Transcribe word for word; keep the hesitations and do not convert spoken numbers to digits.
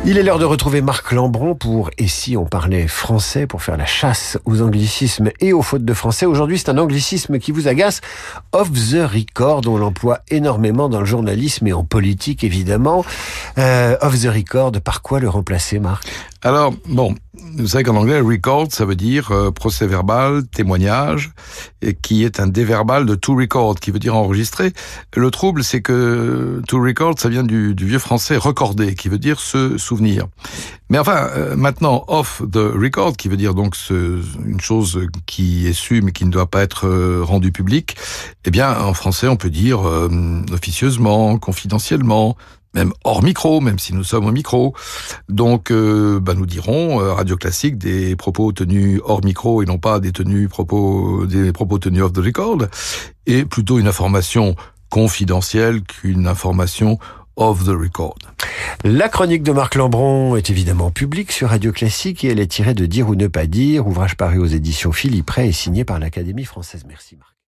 Il est l'heure de retrouver Marc Lambron pour « Et si on parlait français ?» pour faire la chasse aux anglicismes et aux fautes de français. Aujourd'hui, c'est un anglicisme qui vous agace, « off the record », on l'emploie énormément dans le journalisme et en politique, évidemment. Euh, off the record, par quoi le remplacer, Marc ? Alors, bon, vous savez qu'en anglais, record, ça veut dire euh, procès verbal, témoignage, et qui est un déverbal de to record, qui veut dire enregistrer. Le trouble, c'est que to record, ça vient du, du vieux français recorder, qui veut dire se souvenir. Mais enfin, euh, maintenant, off the record, qui veut dire donc ce, une chose qui est su, mais qui ne doit pas être euh, rendue publique, eh bien, en français, on peut dire euh, officieusement, confidentiellement, même hors micro, même si nous sommes au micro. Donc, euh, bah, nous dirons, euh, Radio Classique, des propos tenus hors micro et non pas des tenus propos, des propos tenus off the record, et plutôt une information confidentielle qu'une information off the record. La chronique de Marc Lambron est évidemment publique sur Radio Classique et elle est tirée de Dire ou ne pas dire, ouvrage paru aux éditions Philippe Ray et signé par l'Académie française. Merci Marc.